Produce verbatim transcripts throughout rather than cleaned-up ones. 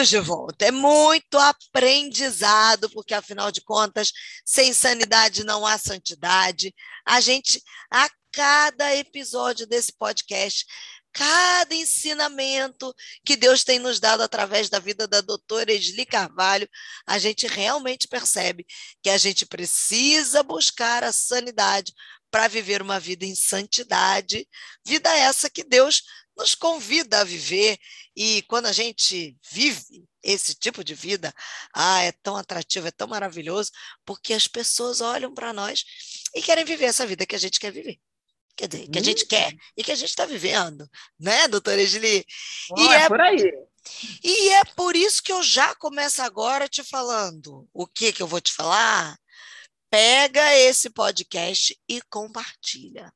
Estamos de volta. É muito aprendizado, porque, afinal de contas, sem sanidade não há santidade. A gente, a cada episódio desse podcast, cada ensinamento que Deus tem nos dado através da vida da doutora Esli Carvalho, a gente realmente percebe que a gente precisa buscar a sanidade para viver uma vida em santidade, vida essa que Deus nos convida a viver, e quando a gente vive esse tipo de vida, ah, é tão atrativo, é tão maravilhoso, porque as pessoas olham para nós e querem viver essa vida que a gente quer viver. Quer dizer, que a gente quer e que a gente está vivendo, né, doutora Esli? Oh, e é, é por aí. E é por isso que eu já começo agora te falando. O que que eu vou te falar? Pega esse podcast e compartilha.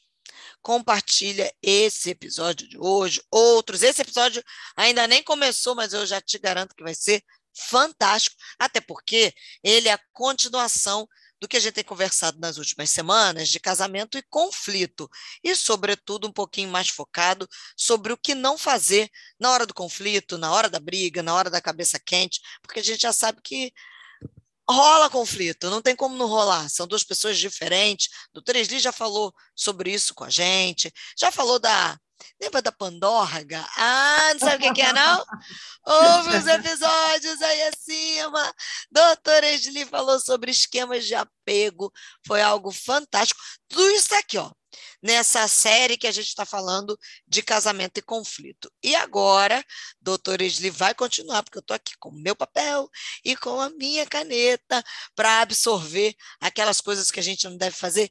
Compartilha esse episódio de hoje, outros. Esse episódio ainda nem começou, mas eu já te garanto que vai ser fantástico, até porque ele é a continuação do que a gente tem conversado nas últimas semanas de casamento e conflito, e, sobretudo, um pouquinho mais focado sobre o que não fazer na hora do conflito, na hora da briga, na hora da cabeça quente, porque a gente já sabe que rola conflito, não tem como não rolar, são duas pessoas diferentes. Doutora Esli já falou sobre isso com a gente, já falou da... Lembra da Pandorga? Ah, não sabe o que, que é, não? Ouve os episódios aí acima. Doutora Esli falou sobre esquemas de apego, foi algo fantástico. Tudo isso está aqui, ó, nessa série que a gente está falando de casamento e conflito. E agora, doutora Esli vai continuar, porque eu estou aqui com o meu papel e com a minha caneta para absorver aquelas coisas que a gente não deve fazer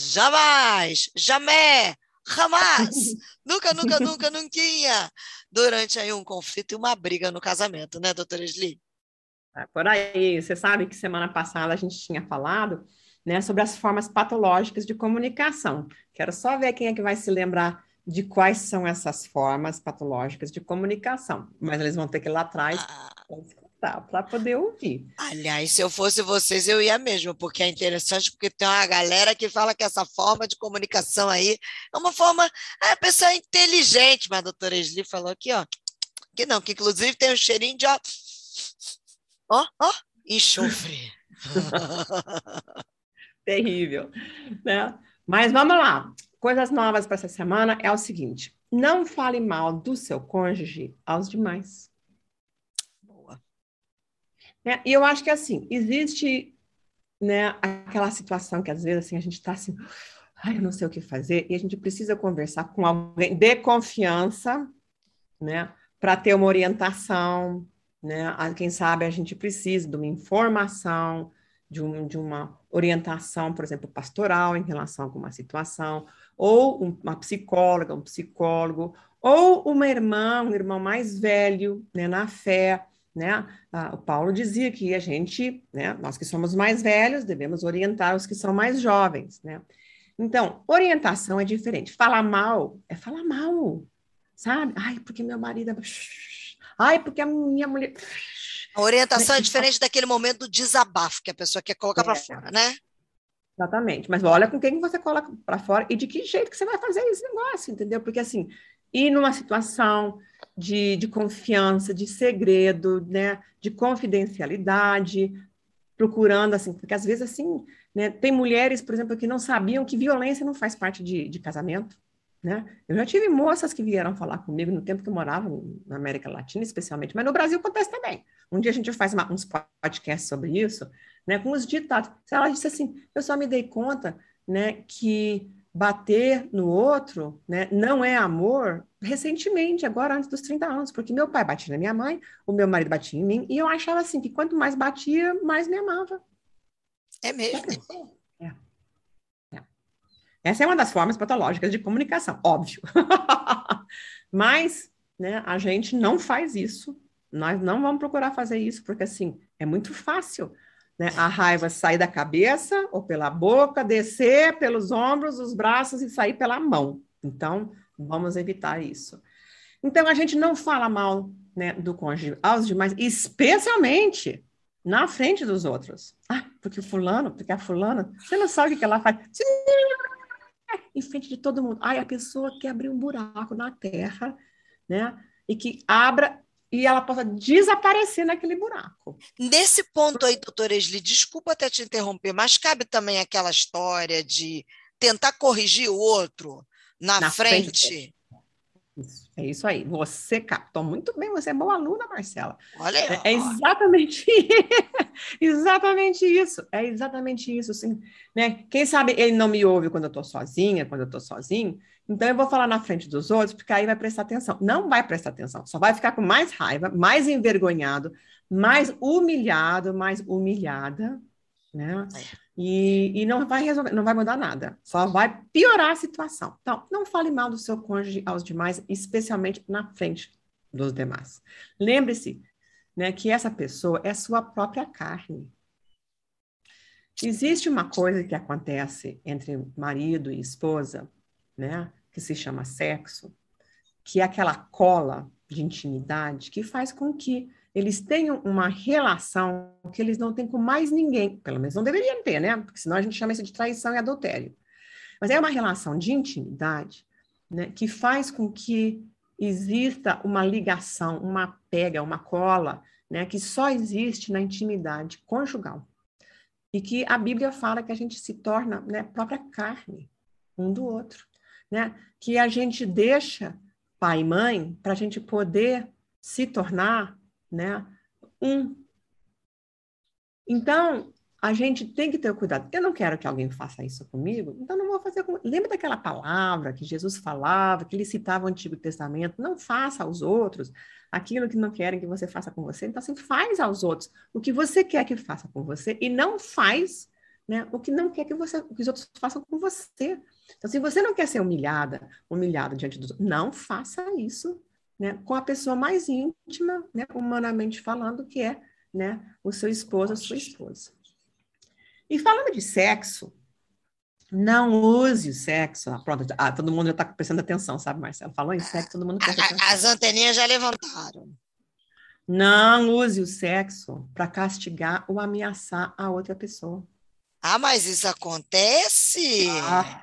jamais, jamais, jamais, nunca, nunca, nunca, nunca, durante aí um conflito e uma briga no casamento, né, doutora Esli? É por aí. Você sabe que semana passada a gente tinha falado, né, sobre as formas patológicas de comunicação. Quero só ver quem é que vai se lembrar de quais são essas formas patológicas de comunicação. Mas eles vão ter que ir lá atrás ah. para poder ouvir. Aliás, se eu fosse vocês, eu ia mesmo, porque é interessante, porque tem uma galera que fala que essa forma de comunicação aí é uma forma... A pessoa é inteligente, mas a doutora Esli falou aqui, ó, que não, que inclusive tem um cheirinho de, ó, ó, ó, enxofre. Terrível, né? Mas vamos lá. Coisas novas para essa semana é o seguinte: não fale mal do seu cônjuge aos demais. Boa. É, e eu acho que assim, existe, né, aquela situação que às vezes assim, a gente está assim, ai, eu não sei o que fazer, e a gente precisa conversar com alguém de confiança, né, para ter uma orientação, né? Quem sabe a gente precisa de uma informação, de, um, de uma orientação, por exemplo, pastoral em relação a alguma situação, ou uma psicóloga, um psicólogo, ou uma irmã, um irmão mais velho, né, na fé, né? Ah, o Paulo dizia que a gente, né, nós que somos mais velhos, devemos orientar os que são mais jovens, né? Então, orientação é diferente. Falar mal é falar mal, sabe? Ai, porque meu marido... Ai, porque a minha mulher... A orientação é diferente daquele momento do desabafo que a pessoa quer colocar é. para fora, né? Exatamente. Mas olha com quem você coloca para fora e de que jeito que você vai fazer esse negócio, entendeu? Porque, assim, ir numa situação de, de confiança, de segredo, né? De confidencialidade, procurando, assim, porque às vezes, assim, né? Tem mulheres, por exemplo, que não sabiam que violência não faz parte de, de casamento, né? Eu já tive moças que vieram falar comigo no tempo que eu morava na América Latina, especialmente, mas no Brasil acontece também. Um dia a gente faz uma, uns podcasts sobre isso, né, com os ditados. Ela disse assim, eu só me dei conta, né, que bater no outro, né, não é amor recentemente, agora antes dos trinta anos, porque meu pai batia na minha mãe, o meu marido batia em mim, e eu achava assim, que quanto mais batia, mais me amava. É mesmo? É. Essa é uma das formas patológicas de comunicação, óbvio. Mas, né, a gente não faz isso. Nós não vamos procurar fazer isso, porque, assim, é muito fácil, né? A raiva sair da cabeça ou pela boca, descer pelos ombros, os braços e sair pela mão. Então, vamos evitar isso. Então, a gente não fala mal, né, do cônjuge aos demais, especialmente na frente dos outros. Ah, porque o fulano, porque a fulana, você não sabe o que ela faz. Você em frente de todo mundo. Ai, a pessoa quer abrir um buraco na terra, né? E que abra e ela possa desaparecer naquele buraco. Nesse ponto aí, doutora Esli, desculpa até te interromper, mas cabe também aquela história de tentar corrigir o outro na, Na frente. frente? Isso, é isso aí. Você captou muito bem, você é boa aluna, Marcela. Olha aí. É, é exatamente exatamente isso. É exatamente isso, assim, né? Quem sabe ele não me ouve quando eu estou sozinha, quando eu estou sozinho, então eu vou falar na frente dos outros, porque aí vai prestar atenção. Não vai prestar atenção, só vai ficar com mais raiva, mais envergonhado, mais humilhado, mais humilhada, né? É. E, e não vai resolver, não vai mudar nada, só vai piorar a situação. Então, não fale mal do seu cônjuge aos demais, especialmente na frente dos demais. Lembre-se, né, que essa pessoa é sua própria carne. Existe uma coisa que acontece entre marido e esposa, né, que se chama sexo, que é aquela cola de intimidade que faz com que eles tenham uma relação que eles não têm com mais ninguém, pelo menos não deveriam ter, né? Porque senão a gente chama isso de traição e adultério. Mas é uma relação de intimidade, né, que faz com que exista uma ligação, uma pega, uma cola, né, que só existe na intimidade conjugal. E que a Bíblia fala que a gente se torna, né, própria carne um do outro, né? Que a gente deixa pai e mãe para a gente poder se tornar, né, um. Então, a gente tem que ter cuidado. Eu não quero que alguém faça isso comigo, então não vou fazer com... Lembra daquela palavra que Jesus falava, que ele citava o Antigo Testamento? Não faça aos outros aquilo que não querem que você faça com você. Então, assim, faz aos outros o que você quer que faça com você e não faz, né, o que não quer que, você, que os outros façam com você. Então, se você não quer ser humilhada, humilhado diante dos outros, não faça isso, né, com a pessoa mais íntima, né, humanamente falando, que é, né, o seu esposo, a sua esposa. E falando de sexo, não use o sexo. Ah, pronto, ah, todo mundo já está prestando atenção, sabe, Marcelo? Falou em sexo, todo mundo presta atenção. As anteninhas já levantaram. Não use o sexo para castigar ou ameaçar a outra pessoa. Ah, mas isso acontece? Ah,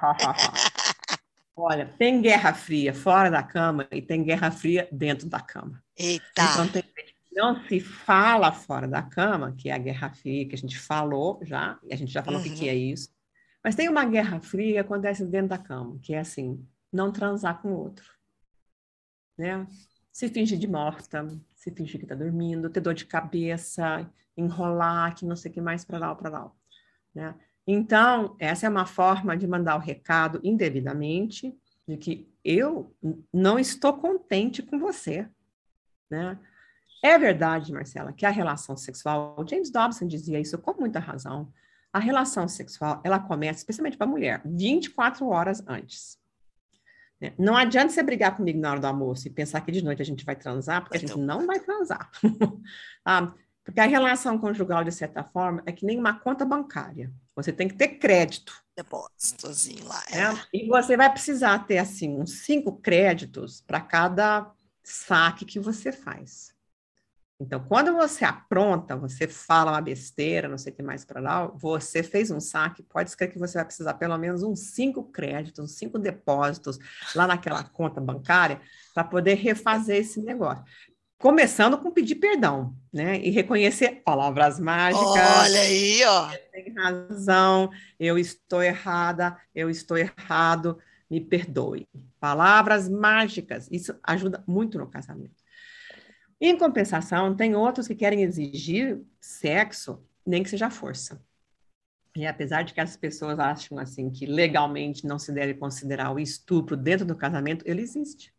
olha, tem guerra fria fora da cama e tem guerra fria dentro da cama. Eita. Então, tem, não se fala fora da cama, que é a guerra fria, que a gente falou já, e a gente já falou uhum. o que, que é isso. Mas tem uma guerra fria que acontece dentro da cama, que é assim, não transar com o outro. Né? Se fingir de morta, se fingir que está dormindo, ter dor de cabeça, enrolar, que não sei o que mais, para lá ou para lá. Né? Então, essa é uma forma de mandar o recado indevidamente de que eu não estou contente com você. Né? É verdade, Marcela, que a relação sexual, o James Dobson dizia isso com muita razão, a relação sexual, ela começa, especialmente para a mulher, vinte e quatro horas antes. Não adianta você brigar comigo na hora do almoço e pensar que de noite a gente vai transar, porque a gente não vai transar. ah, porque a relação conjugal, de certa forma, é que nem uma conta bancária. Você tem que ter crédito. Depósitozinho lá. É. Né? E você vai precisar ter, assim, uns cinco créditos para cada saque que você faz. Então, quando você apronta, você fala uma besteira, não sei o que mais para lá, você fez um saque, pode ser que você vai precisar pelo menos uns cinco créditos, uns cinco depósitos lá naquela conta bancária para poder refazer esse negócio. Começando com pedir perdão, né? E reconhecer palavras mágicas. Olha aí, ó. Você tem razão, eu estou errada, eu estou errado, me perdoe. Palavras mágicas, isso ajuda muito no casamento. Em compensação, tem outros que querem exigir sexo, nem que seja força. E apesar de que as pessoas acham assim que legalmente não se deve considerar o estupro dentro do casamento, ele existe.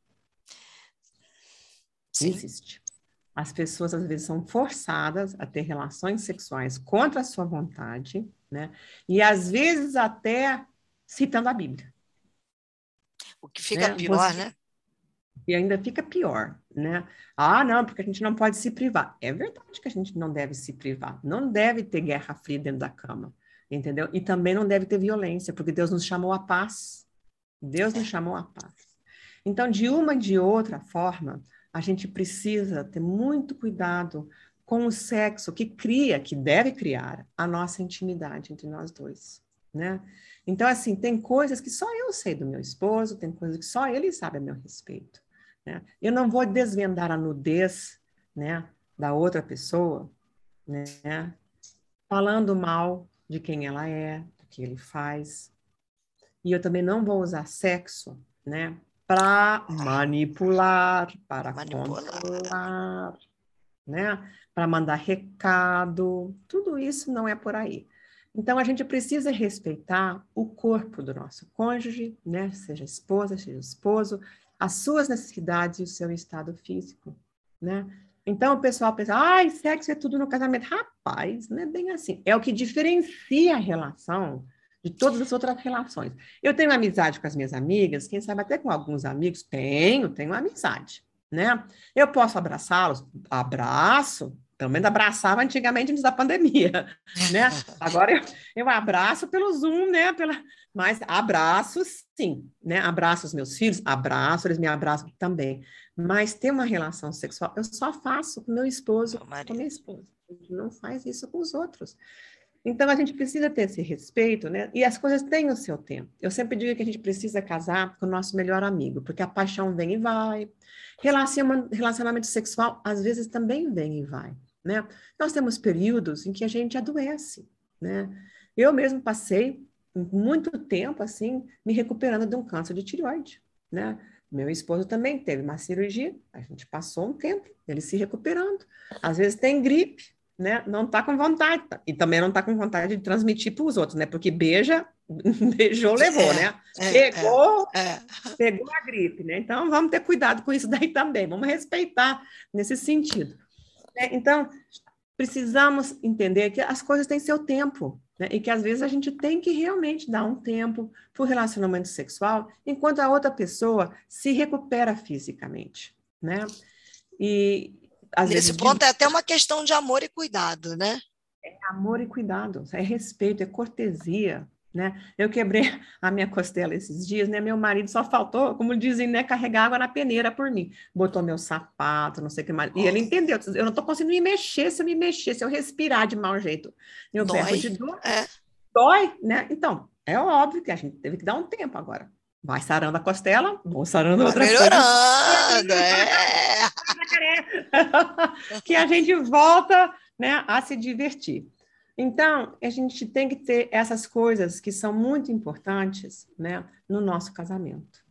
Sim. Existe. As pessoas, às vezes, são forçadas a ter relações sexuais contra a sua vontade, né? E, às vezes, até citando a Bíblia. O que fica né? pior, Você... né? E ainda fica pior, né? Ah, não, porque a gente não pode se privar. É verdade que a gente não deve se privar. Não deve ter guerra fria dentro da cama, entendeu? E também não deve ter violência, porque Deus nos chamou à paz. Deus nos chamou à paz. Então, de uma e de outra forma, a gente precisa ter muito cuidado com o sexo que cria, que deve criar a nossa intimidade entre nós dois, né? Então, assim, tem coisas que só eu sei do meu esposo, tem coisas que só ele sabe a meu respeito. né? Eu não vou desvendar a nudez, né, da outra pessoa, né, falando mal de quem ela é, do que ele faz. E eu também não vou usar sexo, né, para manipular, para Manipular. controlar, né, para mandar recado. Tudo isso não é por aí. Então, a gente precisa respeitar o corpo do nosso cônjuge, né, seja esposa, seja esposo, as suas necessidades e o seu estado físico, né? Então, o pessoal pensa, ai, sexo é tudo no casamento. Rapaz, não é bem assim. É o que diferencia a relação de todas as outras relações. Eu tenho amizade com as minhas amigas, quem sabe até com alguns amigos, tenho, tenho amizade, né? Eu posso abraçá-los? Abraço, pelo menos abraçava antigamente antes da pandemia, né? Agora eu, eu abraço pelo Zoom, né? Pela, mas abraço sim, né? Abraço os meus filhos, abraço, eles me abraçam também. Mas ter uma relação sexual, eu só faço com meu esposo, com minha esposa. A gente não faz isso com os outros. Então, a gente precisa ter esse respeito, né? E as coisas têm o seu tempo. Eu sempre digo que a gente precisa casar com o nosso melhor amigo, porque a paixão vem e vai. Relacionamento sexual, às vezes, também vem e vai, né? Nós temos períodos em que a gente adoece, né? Eu mesmo passei muito tempo, assim, me recuperando de um câncer de tireoide, né? Meu esposo também teve uma cirurgia, a gente passou um tempo, ele se recuperando. Às vezes tem gripe, né? Não está com vontade, e também não está com vontade de transmitir para os outros, né? Porque beija, beijou, levou, É, né? é, Pegou, é, é. pegou a gripe, né? Então vamos ter cuidado com isso daí também, vamos respeitar nesse sentido, né? Então, precisamos entender que as coisas têm seu tempo, né? E que às vezes a gente tem que realmente dar um tempo para o relacionamento sexual, enquanto a outra pessoa se recupera fisicamente, né? E às Nesse vezes de ponto é até uma questão de amor e cuidado, né? amor e cuidado, é respeito, é cortesia, né? Eu quebrei a minha costela esses dias, né? Meu marido só faltou, como dizem, né, carregar água na peneira por mim. Botou meu sapato, não sei o que mais. E ele entendeu, eu não estou conseguindo me mexer, se eu me mexer, se eu respirar de mau jeito. Eu berro Dói. de dor, É. dói, né? Então, é óbvio que a gente teve que dar um tempo agora. Vai sarando a costela, vou sarando Vai outras coisas. melhorando, é. Que a gente volta, né, a se divertir. Então, a gente tem que ter essas coisas que são muito importantes, né, no nosso casamento.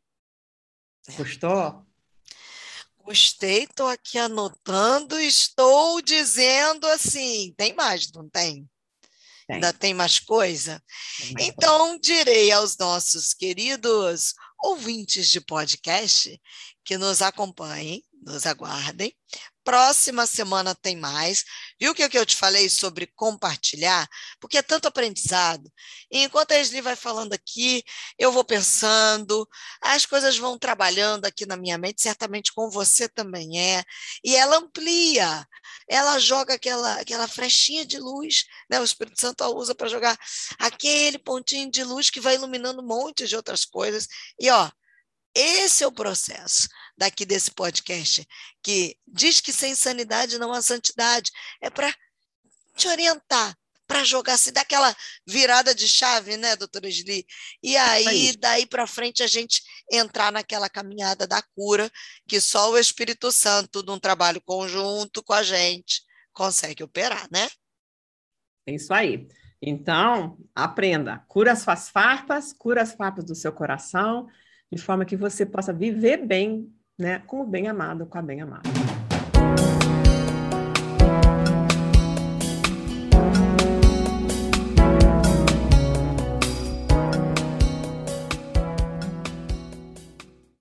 Gostou? Gostei, estou aqui anotando, estou dizendo assim, tem mais, não tem? Ainda Tem. tem mais coisa? Tem mais coisa. Então, direi aos nossos queridos ouvintes de podcast que nos acompanhem, nos aguardem. Próxima semana tem mais. Viu o que eu te falei sobre compartilhar? Porque é tanto aprendizado. E enquanto a Esli vai falando aqui, eu vou pensando, as coisas vão trabalhando aqui na minha mente, certamente com você também é. E ela amplia, ela joga aquela, aquela flechinha de luz, né? O Espírito Santo a usa para jogar aquele pontinho de luz que vai iluminando um monte de outras coisas. E, ó, esse é o processo daqui desse podcast, que diz que sem sanidade não há santidade. É para te orientar, para jogar, se dar aquela virada de chave, né, doutora Esli? E aí, Aí. daí para frente, a gente entrar naquela caminhada da cura, que só o Espírito Santo, num trabalho conjunto com a gente, consegue operar, né? É isso aí. Então, aprenda. Cura as suas farpas, cura as farpas do seu coração, de forma que você possa viver bem, né, com o bem amado, com a bem amada.